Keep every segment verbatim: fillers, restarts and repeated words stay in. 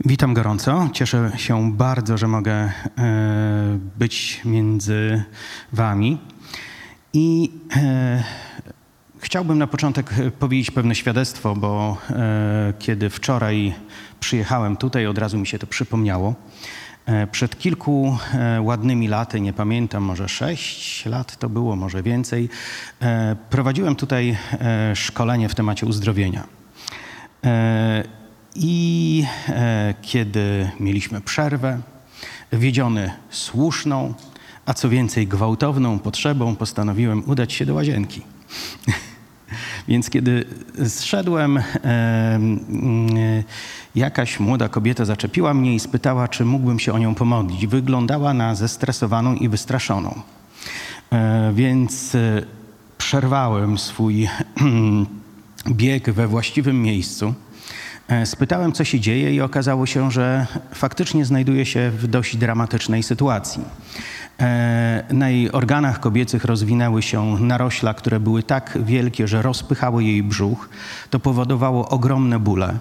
Witam gorąco. Cieszę się bardzo, że mogę e, być między wami. I e, chciałbym na początek powiedzieć pewne świadectwo, bo e, kiedy wczoraj przyjechałem tutaj, od razu mi się to przypomniało. E, przed kilku e, ładnymi laty, nie pamiętam, może sześć lat to było, może więcej, e, prowadziłem tutaj e, szkolenie w temacie uzdrowienia. E, I e, kiedy mieliśmy przerwę, wiedziony słuszną, a co więcej gwałtowną potrzebą, postanowiłem udać się do łazienki. Więc kiedy zszedłem, e, e, jakaś młoda kobieta zaczepiła mnie i spytała, czy mógłbym się o nią pomodlić. Wyglądała na zestresowaną i wystraszoną. E, więc e, przerwałem swój bieg we właściwym miejscu. Spytałem, co się dzieje, i okazało się, że faktycznie znajduje się w dość dramatycznej sytuacji. Na jej organach kobiecych rozwinęły się narośla, które były tak wielkie, że rozpychały jej brzuch. To powodowało ogromne bóle.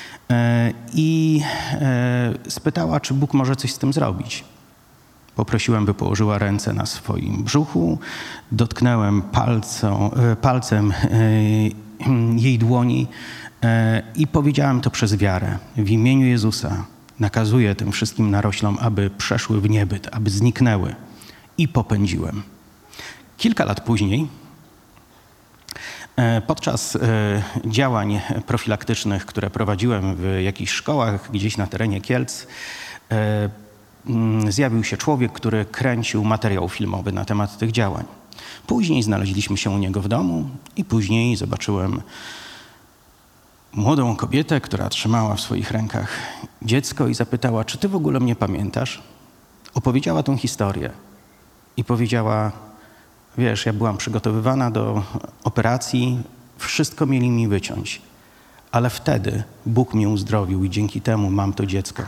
I spytała, czy Bóg może coś z tym zrobić. Poprosiłem, by położyła ręce na swoim brzuchu. Dotknąłem palcą, palcem jej dłoni i powiedziałem to przez wiarę. W imieniu Jezusa nakazuję tym wszystkim naroślom, aby przeszły w niebyt, aby zniknęły. I popędziłem. Kilka lat później, podczas działań profilaktycznych, które prowadziłem w jakichś szkołach gdzieś na terenie Kielc, zjawił się człowiek, który kręcił materiał filmowy na temat tych działań. Później znaleźliśmy się u niego w domu i później zobaczyłem młodą kobietę, która trzymała w swoich rękach dziecko i zapytała, czy ty w ogóle mnie pamiętasz? Opowiedziała tą historię i powiedziała, wiesz, ja byłam przygotowywana do operacji, wszystko mieli mi wyciąć, ale wtedy Bóg mnie uzdrowił i dzięki temu mam to dziecko.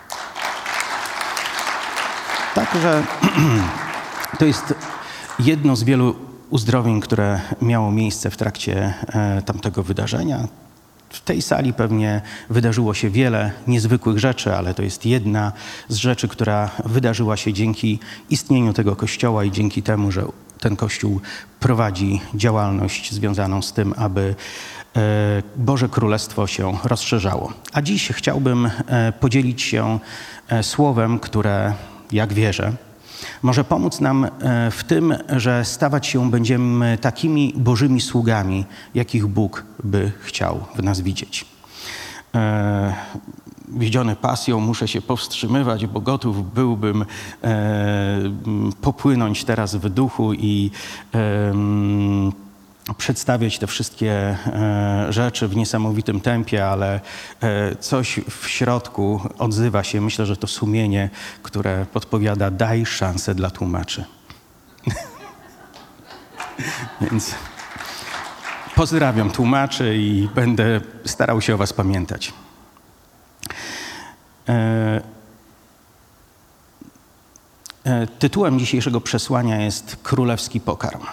Także to jest jedno z wielu uzdrowień, które miało miejsce w trakcie e, tamtego wydarzenia. W tej sali pewnie wydarzyło się wiele niezwykłych rzeczy, ale to jest jedna z rzeczy, która wydarzyła się dzięki istnieniu tego Kościoła i dzięki temu, że ten Kościół prowadzi działalność związaną z tym, aby Boże Królestwo się rozszerzało. A dziś chciałbym podzielić się słowem, które, jak wierzę, może pomóc nam w tym, że stawać się będziemy takimi Bożymi sługami, jakich Bóg by chciał w nas widzieć. E, wiedziony pasją muszę się powstrzymywać, bo gotów byłbym e, popłynąć teraz w duchu i e, przedstawiać te wszystkie e, rzeczy w niesamowitym tempie, ale e, coś w środku odzywa się. Myślę, że to sumienie, które podpowiada, daj szansę dla tłumaczy. Więc pozdrawiam tłumaczy i będę starał się o was pamiętać. E, e, tytułem dzisiejszego przesłania jest Królewski pokarm.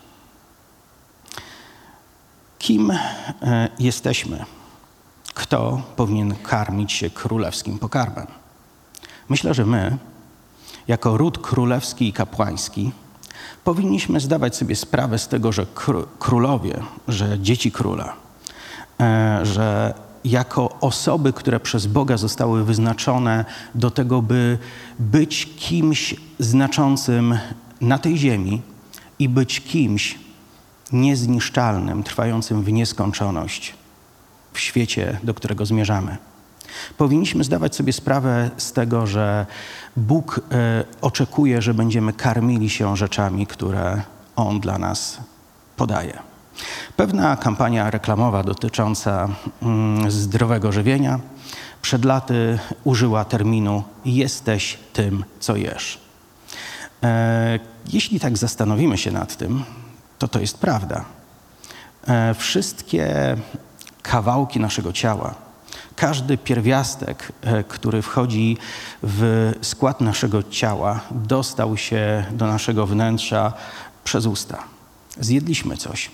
Kim jesteśmy? Kto powinien karmić się królewskim pokarmem? Myślę, że my, jako ród królewski i kapłański, powinniśmy zdawać sobie sprawę z tego, że królowie, że dzieci króla, że jako osoby, które przez Boga zostały wyznaczone do tego, by być kimś znaczącym na tej ziemi i być kimś niezniszczalnym, trwającym w nieskończoność w świecie, do którego zmierzamy. Powinniśmy zdawać sobie sprawę z tego, że Bóg e, oczekuje, że będziemy karmili się rzeczami, które On dla nas podaje. Pewna kampania reklamowa dotycząca mm, zdrowego żywienia przed laty użyła terminu jesteś tym, co jesz. E, jeśli tak zastanowimy się nad tym, to to jest prawda. E, wszystkie kawałki naszego ciała, każdy pierwiastek, e, który wchodzi w skład naszego ciała, dostał się do naszego wnętrza przez usta. Zjedliśmy coś.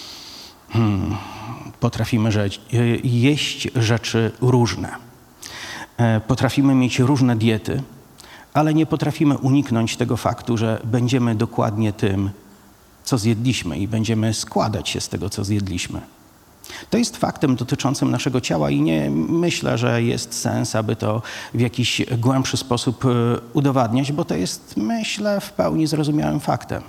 Hmm. Potrafimy jeść rzeczy różne. Potrafimy mieć różne diety, ale nie potrafimy uniknąć tego faktu, że będziemy dokładnie tym, co zjedliśmy i będziemy składać się z tego, co zjedliśmy. To jest faktem dotyczącym naszego ciała i nie myślę, że jest sens, aby to w jakiś głębszy sposób udowadniać, bo to jest, myślę, w pełni zrozumiałym faktem.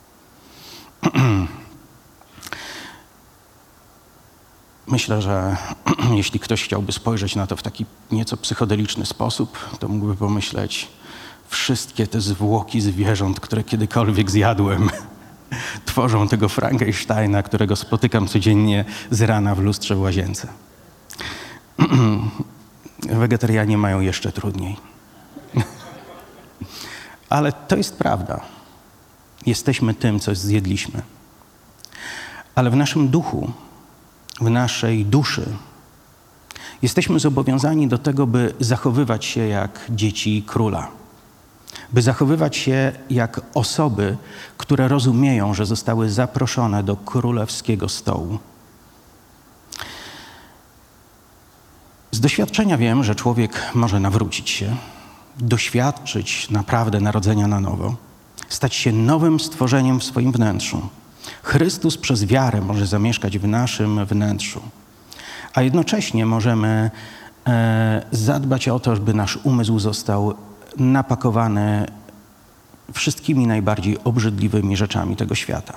Myślę, że jeśli ktoś chciałby spojrzeć na to w taki nieco psychodeliczny sposób, to mógłby pomyśleć, wszystkie te zwłoki zwierząt, które kiedykolwiek zjadłem, tworzą tego Frankensteina, którego spotykam codziennie z rana w lustrze w łazience. Wegetarianie mają jeszcze trudniej. Ale to jest prawda. Jesteśmy tym, co zjedliśmy. Ale w naszym duchu, w naszej duszy jesteśmy zobowiązani do tego, by zachowywać się jak dzieci króla. By zachowywać się jak osoby, które rozumieją, że zostały zaproszone do królewskiego stołu. Z doświadczenia wiem, że człowiek może nawrócić się, doświadczyć naprawdę narodzenia na nowo, stać się nowym stworzeniem w swoim wnętrzu. Chrystus przez wiarę może zamieszkać w naszym wnętrzu, a jednocześnie możemy e, zadbać o to, żeby nasz umysł został napakowany wszystkimi najbardziej obrzydliwymi rzeczami tego świata.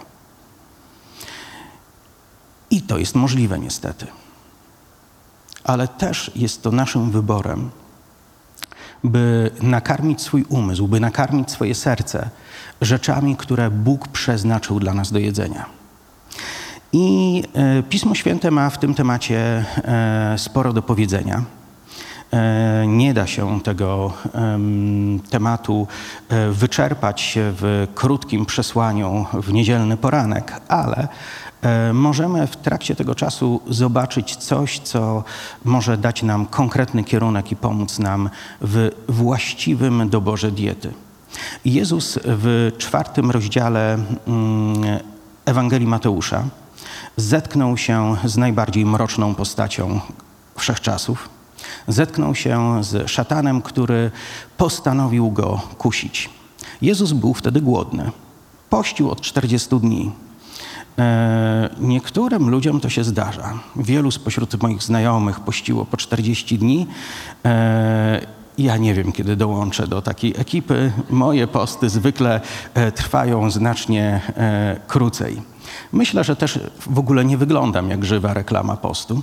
I to jest możliwe niestety. Ale też jest to naszym wyborem, by nakarmić swój umysł, by nakarmić swoje serce rzeczami, które Bóg przeznaczył dla nas do jedzenia. I e, Pismo Święte ma w tym temacie e, sporo do powiedzenia. Nie da się tego um, tematu wyczerpać w krótkim przesłaniu w niedzielny poranek, ale e, możemy w trakcie tego czasu zobaczyć coś, co może dać nam konkretny kierunek i pomóc nam w właściwym doborze diety. Jezus w czwartym rozdziale um, Ewangelii Mateusza zetknął się z najbardziej mroczną postacią wszechczasów. Zetknął się z szatanem, który postanowił go kusić. Jezus był wtedy głodny. Pościł od czterdziestu dni. E, niektórym ludziom to się zdarza. Wielu spośród moich znajomych pościło po czterdzieści dni. E, ja nie wiem, kiedy dołączę do takiej ekipy. Moje posty zwykle e, trwają znacznie e, krócej. Myślę, że też w ogóle nie wyglądam jak żywa reklama postu.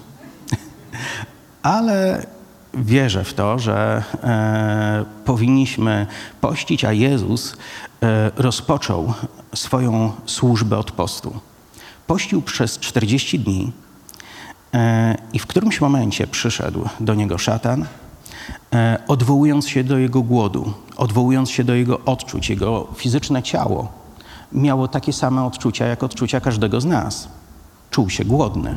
Ale wierzę w to, że e, powinniśmy pościć, a Jezus e, rozpoczął swoją służbę od postu. Pościł przez czterdzieści dni e, i w którymś momencie przyszedł do niego szatan, e, odwołując się do jego głodu, odwołując się do jego odczuć. Jego fizyczne ciało miało takie same odczucia, jak odczucia każdego z nas. Czuł się głodny.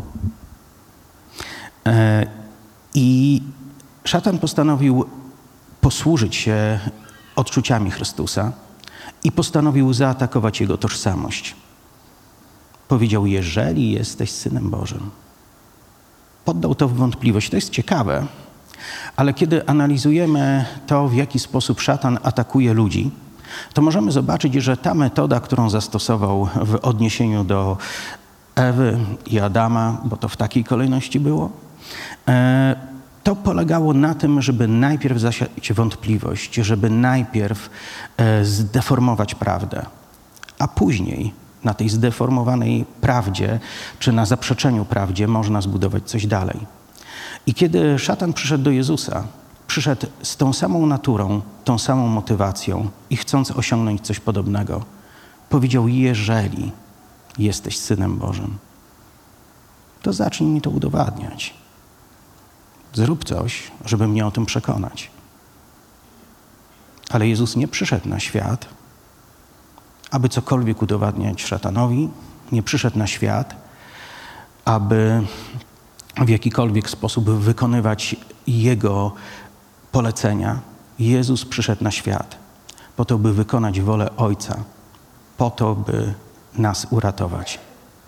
E, I szatan postanowił posłużyć się odczuciami Chrystusa i postanowił zaatakować jego tożsamość. Powiedział, jeżeli jesteś Synem Bożym. Poddał to w wątpliwość. To jest ciekawe, ale kiedy analizujemy to, w jaki sposób szatan atakuje ludzi, to możemy zobaczyć, że ta metoda, którą zastosował w odniesieniu do Ewy i Adama, bo to w takiej kolejności było, to polegało na tym, żeby najpierw zasiać wątpliwość, żeby najpierw zdeformować prawdę, a później na tej zdeformowanej prawdzie czy na zaprzeczeniu prawdzie można zbudować coś dalej. I kiedy szatan przyszedł do Jezusa, przyszedł z tą samą naturą, tą samą motywacją i chcąc osiągnąć coś podobnego, powiedział, jeżeli jesteś Synem Bożym, to zacznij mi to udowadniać. Zrób coś, żeby mnie o tym przekonać. Ale Jezus nie przyszedł na świat, aby cokolwiek udowadniać szatanowi. Nie przyszedł na świat, aby w jakikolwiek sposób wykonywać Jego polecenia. Jezus przyszedł na świat po to, by wykonać wolę Ojca, po to, by nas uratować.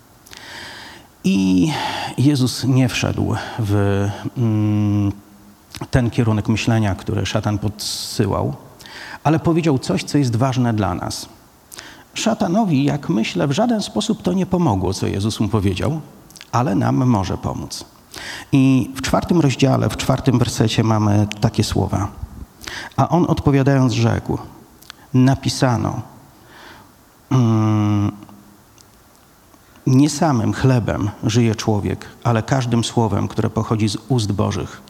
I Jezus nie wszedł w, ten kierunek myślenia, który szatan podsyłał, ale powiedział coś, co jest ważne dla nas. Szatanowi, jak myślę, w żaden sposób to nie pomogło, co Jezus mu powiedział, ale nam może pomóc. I w czwartym rozdziale, w czwartym wersecie mamy takie słowa. A on odpowiadając rzekł, napisano, mm, nie samym chlebem żyje człowiek, ale każdym słowem, które pochodzi z ust Bożych.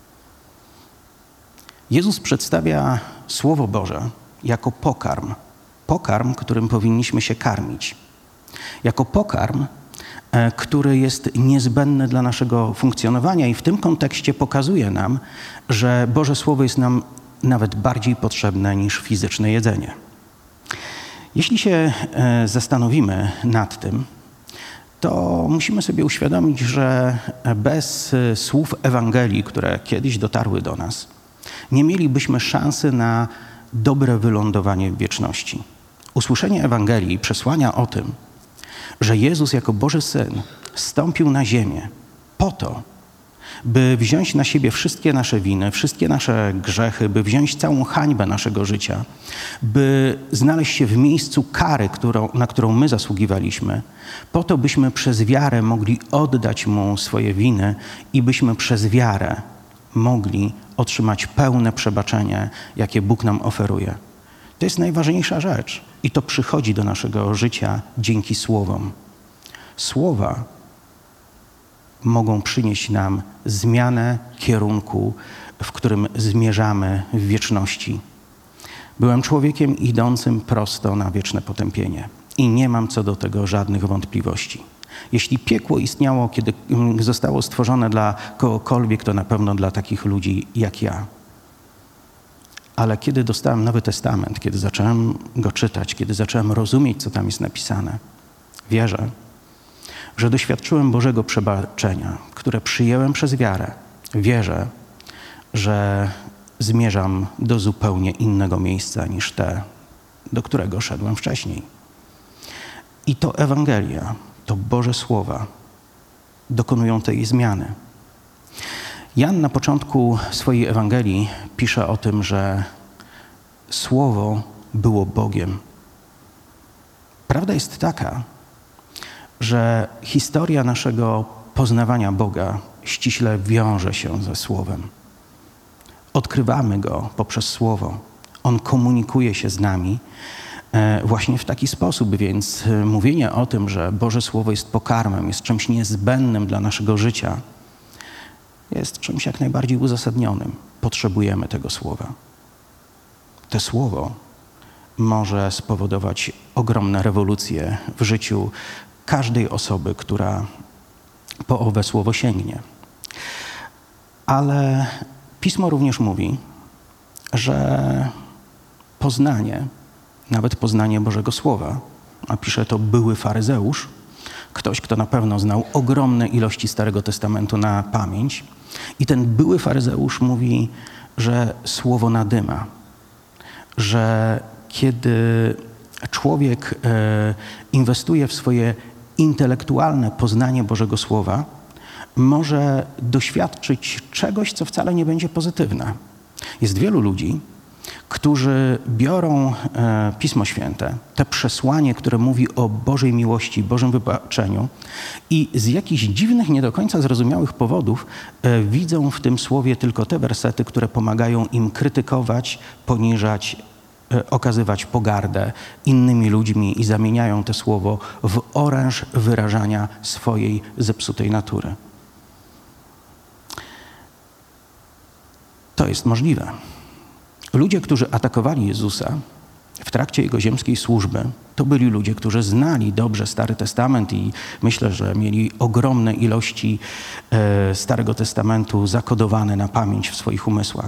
Jezus przedstawia Słowo Boże jako pokarm. Pokarm, którym powinniśmy się karmić. Jako pokarm, który jest niezbędny dla naszego funkcjonowania i w tym kontekście pokazuje nam, że Boże Słowo jest nam nawet bardziej potrzebne niż fizyczne jedzenie. Jeśli się zastanowimy nad tym, to musimy sobie uświadomić, że bez słów Ewangelii, które kiedyś dotarły do nas, nie mielibyśmy szansy na dobre wylądowanie w wieczności. Usłyszenie Ewangelii, przesłania o tym, że Jezus jako Boży Syn zstąpił na ziemię po to, by wziąć na siebie wszystkie nasze winy, wszystkie nasze grzechy, by wziąć całą hańbę naszego życia, by znaleźć się w miejscu kary, którą, na którą my zasługiwaliśmy, po to, byśmy przez wiarę mogli oddać Mu swoje winy i byśmy przez wiarę mogli otrzymać pełne przebaczenie, jakie Bóg nam oferuje. To jest najważniejsza rzecz i to przychodzi do naszego życia dzięki słowom. Słowa mogą przynieść nam zmianę kierunku, w którym zmierzamy w wieczności. Byłem człowiekiem idącym prosto na wieczne potępienie i nie mam co do tego żadnych wątpliwości. Jeśli piekło istniało, kiedy zostało stworzone dla kogokolwiek, to na pewno dla takich ludzi jak ja. Ale kiedy dostałem Nowy Testament, kiedy zacząłem go czytać, kiedy zacząłem rozumieć, co tam jest napisane, wierzę, że doświadczyłem Bożego przebaczenia, które przyjęłem przez wiarę. Wierzę, że zmierzam do zupełnie innego miejsca niż te, do którego szedłem wcześniej. I to Ewangelia, to Boże Słowa dokonują tej zmiany. Jan na początku swojej Ewangelii pisze o tym, że Słowo było Bogiem. Prawda jest taka, że historia naszego poznawania Boga ściśle wiąże się ze Słowem. Odkrywamy Go poprzez Słowo. On komunikuje się z nami właśnie w taki sposób, więc mówienie o tym, że Boże Słowo jest pokarmem, jest czymś niezbędnym dla naszego życia, jest czymś jak najbardziej uzasadnionym. Potrzebujemy tego Słowa. To Słowo może spowodować ogromne rewolucje w życiu każdej osoby, która po owe Słowo sięgnie. Ale Pismo również mówi, że poznanie, nawet poznanie Bożego Słowa, a pisze to były faryzeusz, ktoś, kto na pewno znał ogromne ilości Starego Testamentu na pamięć, i ten były faryzeusz mówi, że Słowo nadyma, że kiedy człowiek inwestuje w swoje intelektualne poznanie Bożego Słowa, może doświadczyć czegoś, co wcale nie będzie pozytywne. Jest wielu ludzi, którzy biorą e, Pismo Święte, te przesłanie, które mówi o Bożej miłości, Bożym wybaczeniu i z jakichś dziwnych, nie do końca zrozumiałych powodów e, widzą w tym słowie tylko te wersety, które pomagają im krytykować, poniżać, e, okazywać pogardę innymi ludźmi i zamieniają to słowo w oręż wyrażania swojej zepsutej natury. To jest możliwe. Ludzie, którzy atakowali Jezusa w trakcie Jego ziemskiej służby, to byli ludzie, którzy znali dobrze Stary Testament i myślę, że mieli ogromne ilości e, Starego Testamentu zakodowane na pamięć w swoich umysłach.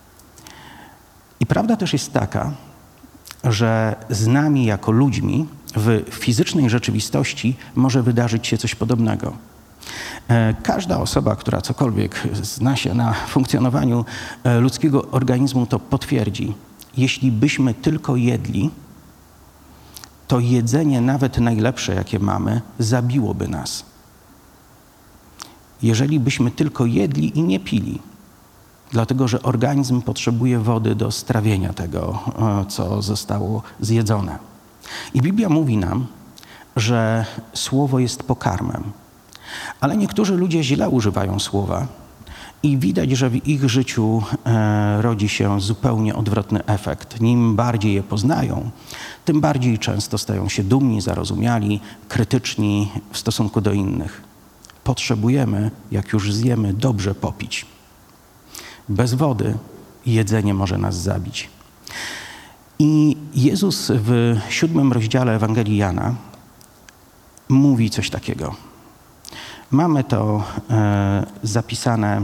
I prawda też jest taka, że z nami jako ludźmi w fizycznej rzeczywistości może wydarzyć się coś podobnego. Każda osoba, która cokolwiek zna się na funkcjonowaniu ludzkiego organizmu, to potwierdzi. Jeśli byśmy tylko jedli, to jedzenie, nawet najlepsze, jakie mamy, zabiłoby nas. Jeżeli byśmy tylko jedli i nie pili, dlatego że organizm potrzebuje wody do strawienia tego, co zostało zjedzone. I Biblia mówi nam, że słowo jest pokarmem. Ale niektórzy ludzie źle używają słowa i widać, że w ich życiu e, rodzi się zupełnie odwrotny efekt. Im bardziej je poznają, tym bardziej często stają się dumni, zarozumiali, krytyczni w stosunku do innych. Potrzebujemy, jak już zjemy, dobrze popić. Bez wody jedzenie może nas zabić. I Jezus w siódmym rozdziale Ewangelii Jana mówi coś takiego. Mamy to e, zapisane,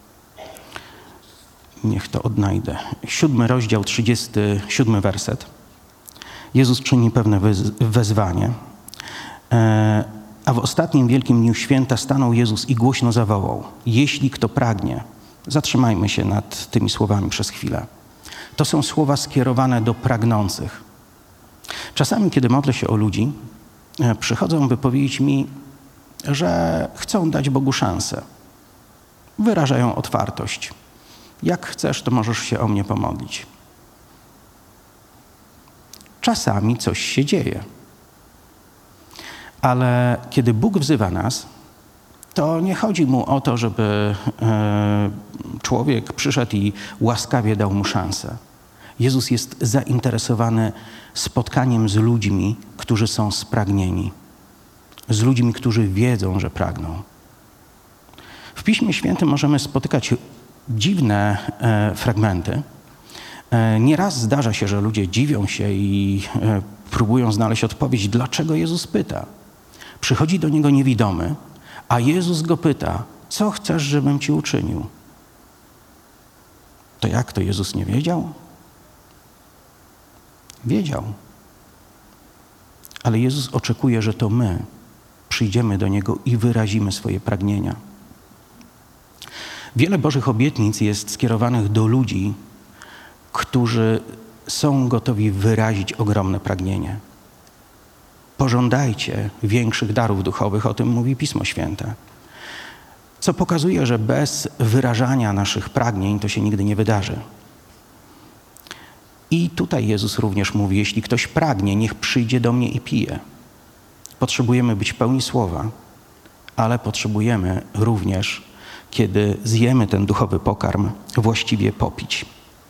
niech to odnajdę, siódmy rozdział, trzydziesty siódmy werset. Jezus czyni pewne wezwanie, e, a w ostatnim wielkim dniu święta stanął Jezus i głośno zawołał: jeśli kto pragnie, zatrzymajmy się nad tymi słowami przez chwilę. To są słowa skierowane do pragnących. Czasami, kiedy modlę się o ludzi, e, przychodzą wypowiedzieć mi, że chcą dać Bogu szansę. Wyrażają otwartość. Jak chcesz, to możesz się o mnie pomodlić. Czasami coś się dzieje. Ale kiedy Bóg wzywa nas, to nie chodzi mu o to, żeby e, człowiek przyszedł i łaskawie dał mu szansę. Jezus jest zainteresowany spotkaniem z ludźmi, którzy są spragnieni. Z ludźmi, którzy wiedzą, że pragną. W Piśmie Świętym możemy spotykać dziwne e, fragmenty. E, nieraz zdarza się, że ludzie dziwią się i e, próbują znaleźć odpowiedź, dlaczego Jezus pyta. Przychodzi do niego niewidomy, a Jezus go pyta, co chcesz, żebym ci uczynił? To jak to Jezus nie wiedział? Wiedział. Ale Jezus oczekuje, że to my przyjdziemy do Niego i wyrazimy swoje pragnienia. Wiele Bożych obietnic jest skierowanych do ludzi, którzy są gotowi wyrazić ogromne pragnienie. Pożądajcie większych darów duchowych, o tym mówi Pismo Święte. Co pokazuje, że bez wyrażania naszych pragnień to się nigdy nie wydarzy. I tutaj Jezus również mówi, jeśli ktoś pragnie, niech przyjdzie do mnie i pije. Potrzebujemy być pełni słowa, ale potrzebujemy również, kiedy zjemy ten duchowy pokarm, właściwie popić.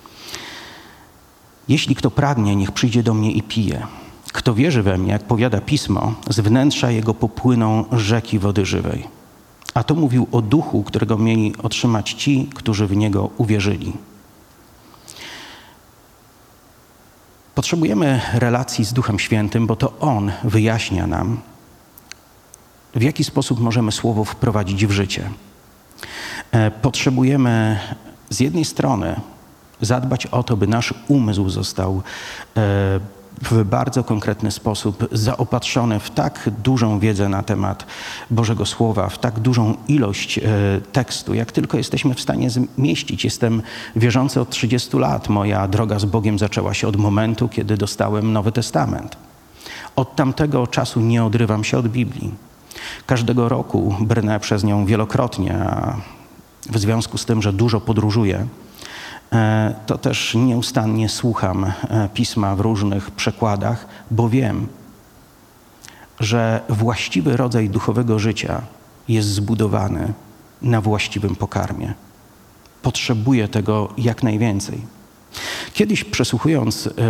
Jeśli kto pragnie, niech przyjdzie do mnie i pije. Kto wierzy we mnie, jak powiada Pismo, z wnętrza jego popłyną rzeki wody żywej. A to mówił o duchu, którego mieli otrzymać ci, którzy w niego uwierzyli. Potrzebujemy relacji z Duchem Świętym, bo to On wyjaśnia nam, w jaki sposób możemy słowo wprowadzić w życie. Potrzebujemy z jednej strony zadbać o to, by nasz umysł został w bardzo konkretny sposób zaopatrzony w tak dużą wiedzę na temat Bożego Słowa, w tak dużą ilość e, tekstu, jak tylko jesteśmy w stanie zmieścić. Jestem wierzący od trzydziestu lat. Moja droga z Bogiem zaczęła się od momentu, kiedy dostałem Nowy Testament. Od tamtego czasu nie odrywam się od Biblii. Każdego roku brnę przez nią wielokrotnie, a w związku z tym, że dużo podróżuję, to też nieustannie słucham Pisma w różnych przekładach, bo wiem, że właściwy rodzaj duchowego życia jest zbudowany na właściwym pokarmie. Potrzebuję tego jak najwięcej. Kiedyś przesłuchując yy,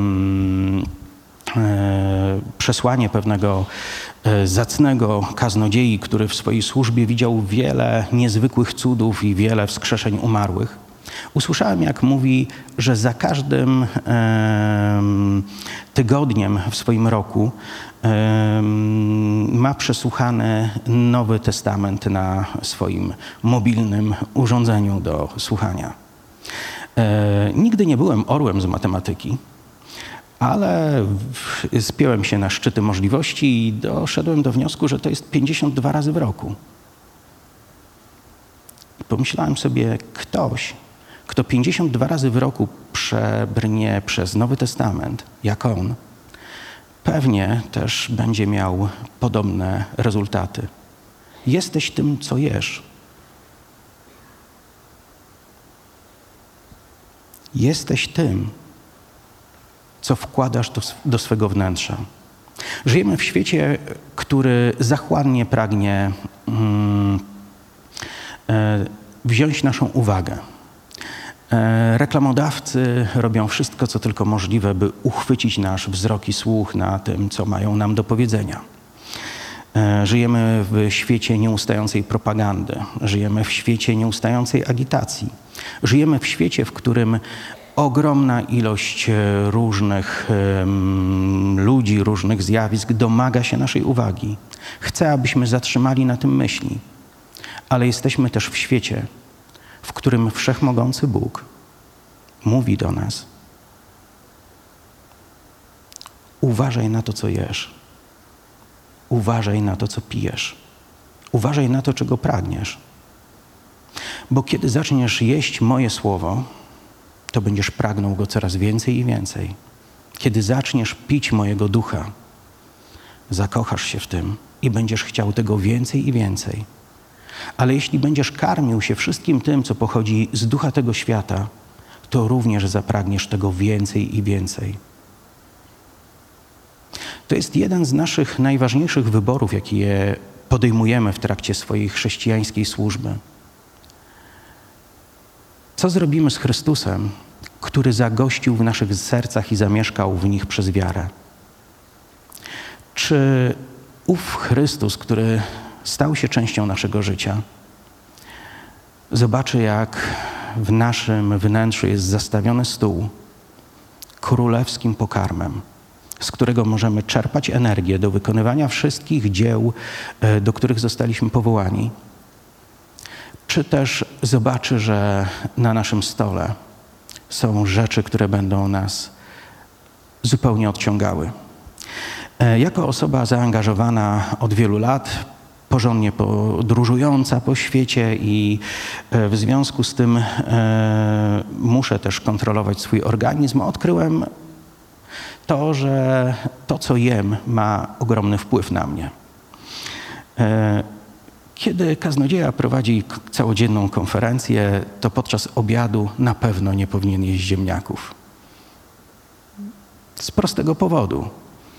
yy, przesłanie pewnego yy, zacnego kaznodziei, który w swojej służbie widział wiele niezwykłych cudów i wiele wskrzeszeń umarłych, usłyszałem, jak mówi, że za każdym e, tygodniem w swoim roku e, ma przesłuchany Nowy Testament na swoim mobilnym urządzeniu do słuchania. E, nigdy nie byłem orłem z matematyki, ale w, spiąłem się na szczyty możliwości i doszedłem do wniosku, że to jest pięćdziesiąt dwa razy w roku. I pomyślałem sobie, ktoś, kto pięćdziesiąt dwa razy w roku przebrnie przez Nowy Testament, jak on, pewnie też będzie miał podobne rezultaty. Jesteś tym, co jesz. Jesteś tym, co wkładasz do, do swego wnętrza. Żyjemy w świecie, który zachłannie pragnie mm, e, wziąć naszą uwagę. E, reklamodawcy robią wszystko, co tylko możliwe, by uchwycić nasz wzrok i słuch na tym, co mają nam do powiedzenia. E, żyjemy w świecie nieustającej propagandy. Żyjemy w świecie nieustającej agitacji. Żyjemy w świecie, w którym ogromna ilość różnych um, ludzi, różnych zjawisk domaga się naszej uwagi. Chce, abyśmy zatrzymali na tym myśli. Ale jesteśmy też w świecie, w którym Wszechmogący Bóg mówi do nas: uważaj na to, co jesz. Uważaj na to, co pijesz. Uważaj na to, czego pragniesz. Bo kiedy zaczniesz jeść moje słowo, to będziesz pragnął go coraz więcej i więcej. Kiedy zaczniesz pić mojego ducha, zakochasz się w tym i będziesz chciał tego więcej i więcej. Ale jeśli będziesz karmił się wszystkim tym, co pochodzi z ducha tego świata, to również zapragniesz tego więcej i więcej. To jest jeden z naszych najważniejszych wyborów, jakie podejmujemy w trakcie swojej chrześcijańskiej służby. Co zrobimy z Chrystusem, który zagościł w naszych sercach i zamieszkał w nich przez wiarę? Czy ów Chrystus, który stał się częścią naszego życia, zobaczy, jak w naszym wnętrzu jest zastawiony stół królewskim pokarmem, z którego możemy czerpać energię do wykonywania wszystkich dzieł, do których zostaliśmy powołani? Czy też zobaczy, że na naszym stole są rzeczy, które będą nas zupełnie odciągały? Jako osoba zaangażowana od wielu lat, porządnie podróżująca po świecie i w związku z tym e, muszę też kontrolować swój organizm, odkryłem to, że to, co jem, ma ogromny wpływ na mnie. E, Kiedy kaznodzieja prowadzi całodzienną konferencję, to podczas obiadu na pewno nie powinien jeść ziemniaków. Z prostego powodu.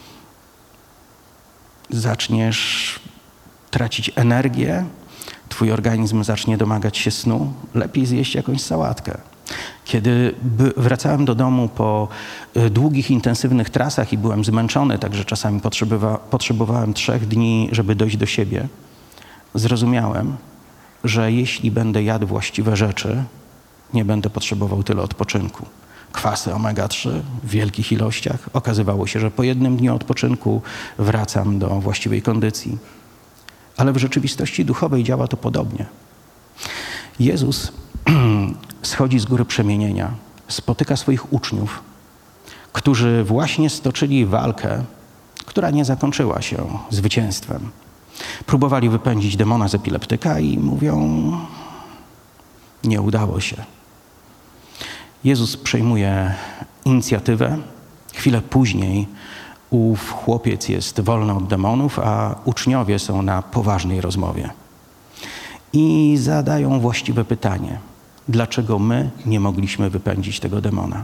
Zaczniesz tracić energię, twój organizm zacznie domagać się snu, lepiej zjeść jakąś sałatkę. Kiedy wracałem do domu po długich, intensywnych trasach i byłem zmęczony, także czasami potrzebowa- potrzebowałem trzech dni, żeby dojść do siebie, zrozumiałem, że jeśli będę jadł właściwe rzeczy, nie będę potrzebował tyle odpoczynku. Kwasy omega trzy w wielkich ilościach. Okazywało się, że po jednym dniu odpoczynku wracam do właściwej kondycji. Ale w rzeczywistości duchowej działa to podobnie. Jezus schodzi z góry przemienienia, spotyka swoich uczniów, którzy właśnie stoczyli walkę, która nie zakończyła się zwycięstwem. Próbowali wypędzić demona z epileptyka i mówią: nie udało się. Jezus przejmuje inicjatywę. Chwilę później ów chłopiec jest wolny od demonów, a uczniowie są na poważnej rozmowie. I zadają właściwe pytanie: dlaczego my nie mogliśmy wypędzić tego demona?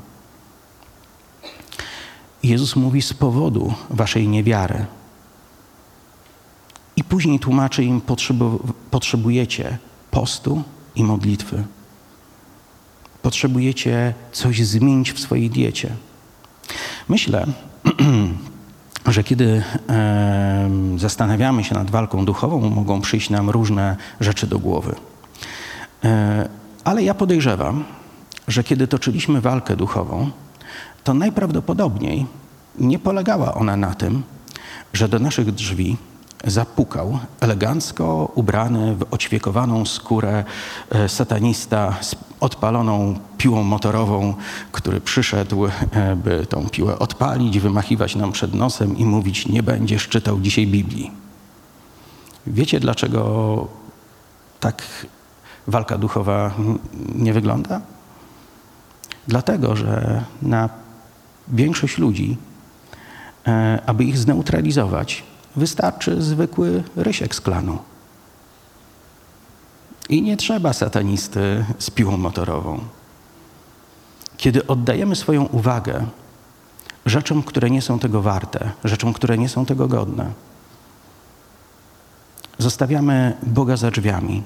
Jezus mówi: z powodu waszej niewiary. I później tłumaczy im: potrzebu- potrzebujecie postu i modlitwy. Potrzebujecie coś zmienić w swojej diecie. Myślę, że kiedy e, zastanawiamy się nad walką duchową, mogą przyjść nam różne rzeczy do głowy. E, ale ja podejrzewam, że kiedy toczyliśmy walkę duchową, to najprawdopodobniej nie polegała ona na tym, że do naszych drzwi zapukał elegancko ubrany w oćwiekowaną skórę satanista z odpaloną piłą motorową, który przyszedł, by tą piłę odpalić, wymachiwać nam przed nosem i mówić: nie będziesz czytał dzisiaj Biblii. Wiecie, dlaczego tak walka duchowa nie wygląda? Dlatego, że na większość ludzi, aby ich zneutralizować, wystarczy zwykły rysiek z klanu. I nie trzeba satanisty z piłą motorową. Kiedy oddajemy swoją uwagę rzeczom, które nie są tego warte, rzeczom, które nie są tego godne, zostawiamy Boga za drzwiami.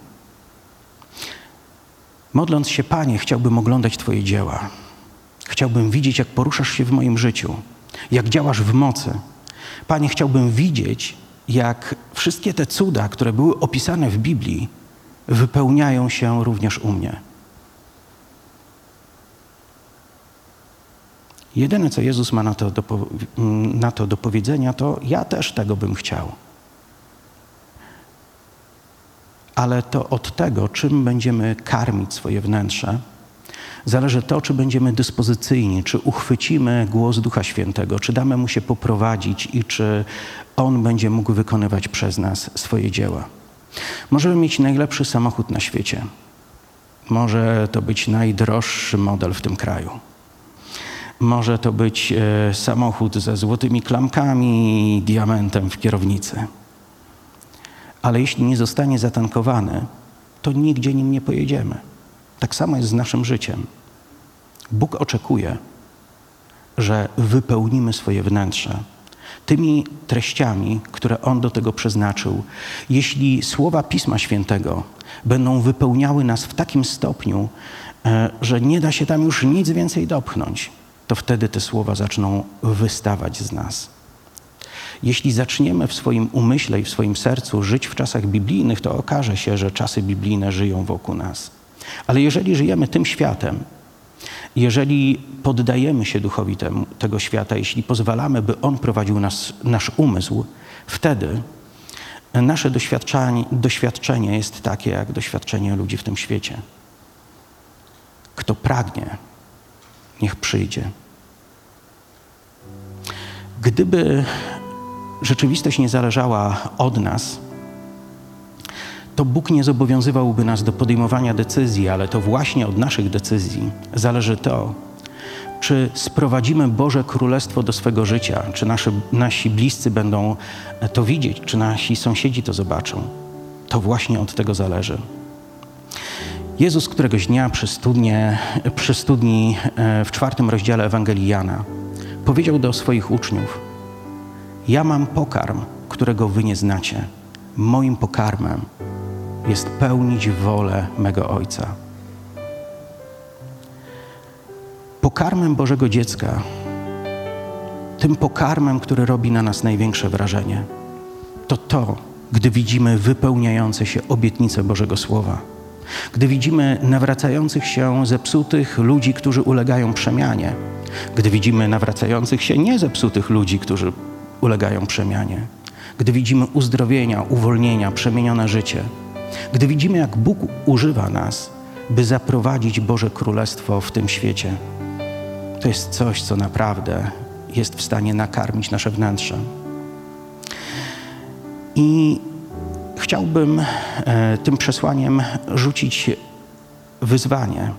Modląc się, Panie, chciałbym oglądać Twoje dzieła. Chciałbym widzieć, jak poruszasz się w moim życiu, jak działasz w mocy. Panie, chciałbym widzieć, jak wszystkie te cuda, które były opisane w Biblii, wypełniają się również u mnie. Jedyne, co Jezus ma na to do, na to do powiedzenia, to ja też tego bym chciał. Ale to od tego, czym będziemy karmić swoje wnętrze, zależy to, czy będziemy dyspozycyjni, czy uchwycimy głos Ducha Świętego, czy damy Mu się poprowadzić i czy On będzie mógł wykonywać przez nas swoje dzieła. Możemy mieć najlepszy samochód na świecie. Może to być najdroższy model w tym kraju. Może to być e, samochód ze złotymi klamkami i diamentem w kierownicy. Ale jeśli nie zostanie zatankowany, to nigdzie nim nie pojedziemy. Tak samo jest z naszym życiem. Bóg oczekuje, że wypełnimy swoje wnętrze tymi treściami, które On do tego przeznaczył. Jeśli słowa Pisma Świętego będą wypełniały nas w takim stopniu, że nie da się tam już nic więcej dopchnąć, to wtedy te słowa zaczną wystawać z nas. Jeśli zaczniemy w swoim umyśle i w swoim sercu żyć w czasach biblijnych, to okaże się, że czasy biblijne żyją wokół nas. Ale jeżeli żyjemy tym światem, jeżeli poddajemy się duchowi temu, tego świata, jeśli pozwalamy, by On prowadził nas, nasz umysł, wtedy nasze doświadczenie, doświadczenie jest takie, jak doświadczenie ludzi w tym świecie. Kto pragnie, niech przyjdzie. Gdyby rzeczywistość nie zależała od nas, to Bóg nie zobowiązywałby nas do podejmowania decyzji, ale to właśnie od naszych decyzji zależy to, czy sprowadzimy Boże Królestwo do swego życia, czy nasze, nasi bliscy będą to widzieć, czy nasi sąsiedzi to zobaczą. To właśnie od tego zależy. Jezus któregoś dnia przy, studnie, przy studni w czwartym rozdziale Ewangelii Jana powiedział do swoich uczniów: ja mam pokarm, którego wy nie znacie. Moim pokarmem jest pełnić wolę mego Ojca. Pokarmem Bożego dziecka, tym pokarmem, który robi na nas największe wrażenie, to to, gdy widzimy wypełniające się obietnice Bożego Słowa. Gdy widzimy nawracających się zepsutych ludzi, którzy ulegają przemianie. Gdy widzimy nawracających się niezepsutych ludzi, którzy ulegają przemianie. Gdy widzimy uzdrowienia, uwolnienia, przemienione życie. Gdy widzimy, jak Bóg używa nas, by zaprowadzić Boże Królestwo w tym świecie. To jest coś, co naprawdę jest w stanie nakarmić nasze wnętrze. I chciałbym e, tym przesłaniem rzucić wyzwanie.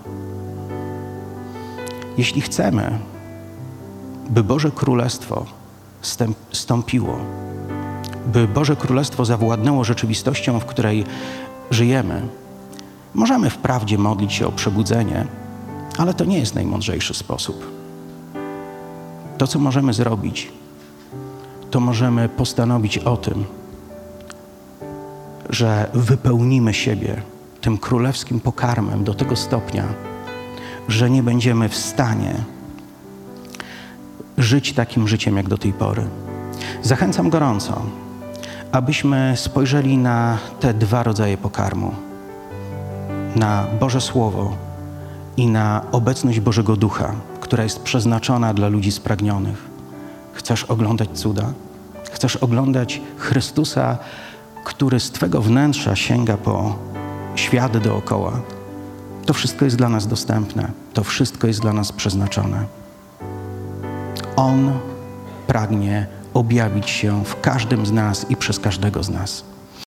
Jeśli chcemy, by Boże Królestwo stęp, stąpiło, by Boże Królestwo zawładnęło rzeczywistością, w której żyjemy, możemy wprawdzie modlić się o przebudzenie, ale to nie jest najmądrzejszy sposób. To, co możemy zrobić, to możemy postanowić o tym, że wypełnimy siebie tym królewskim pokarmem do tego stopnia, że nie będziemy w stanie żyć takim życiem jak do tej pory. Zachęcam gorąco, abyśmy spojrzeli na te dwa rodzaje pokarmu. Na Boże Słowo i na obecność Bożego Ducha, która jest przeznaczona dla ludzi spragnionych. Chcesz oglądać cuda? Chcesz oglądać Chrystusa, który z Twego wnętrza sięga po świat dookoła? To wszystko jest dla nas dostępne. To wszystko jest dla nas przeznaczone. On pragnie objawić się w każdym z nas i przez każdego z nas.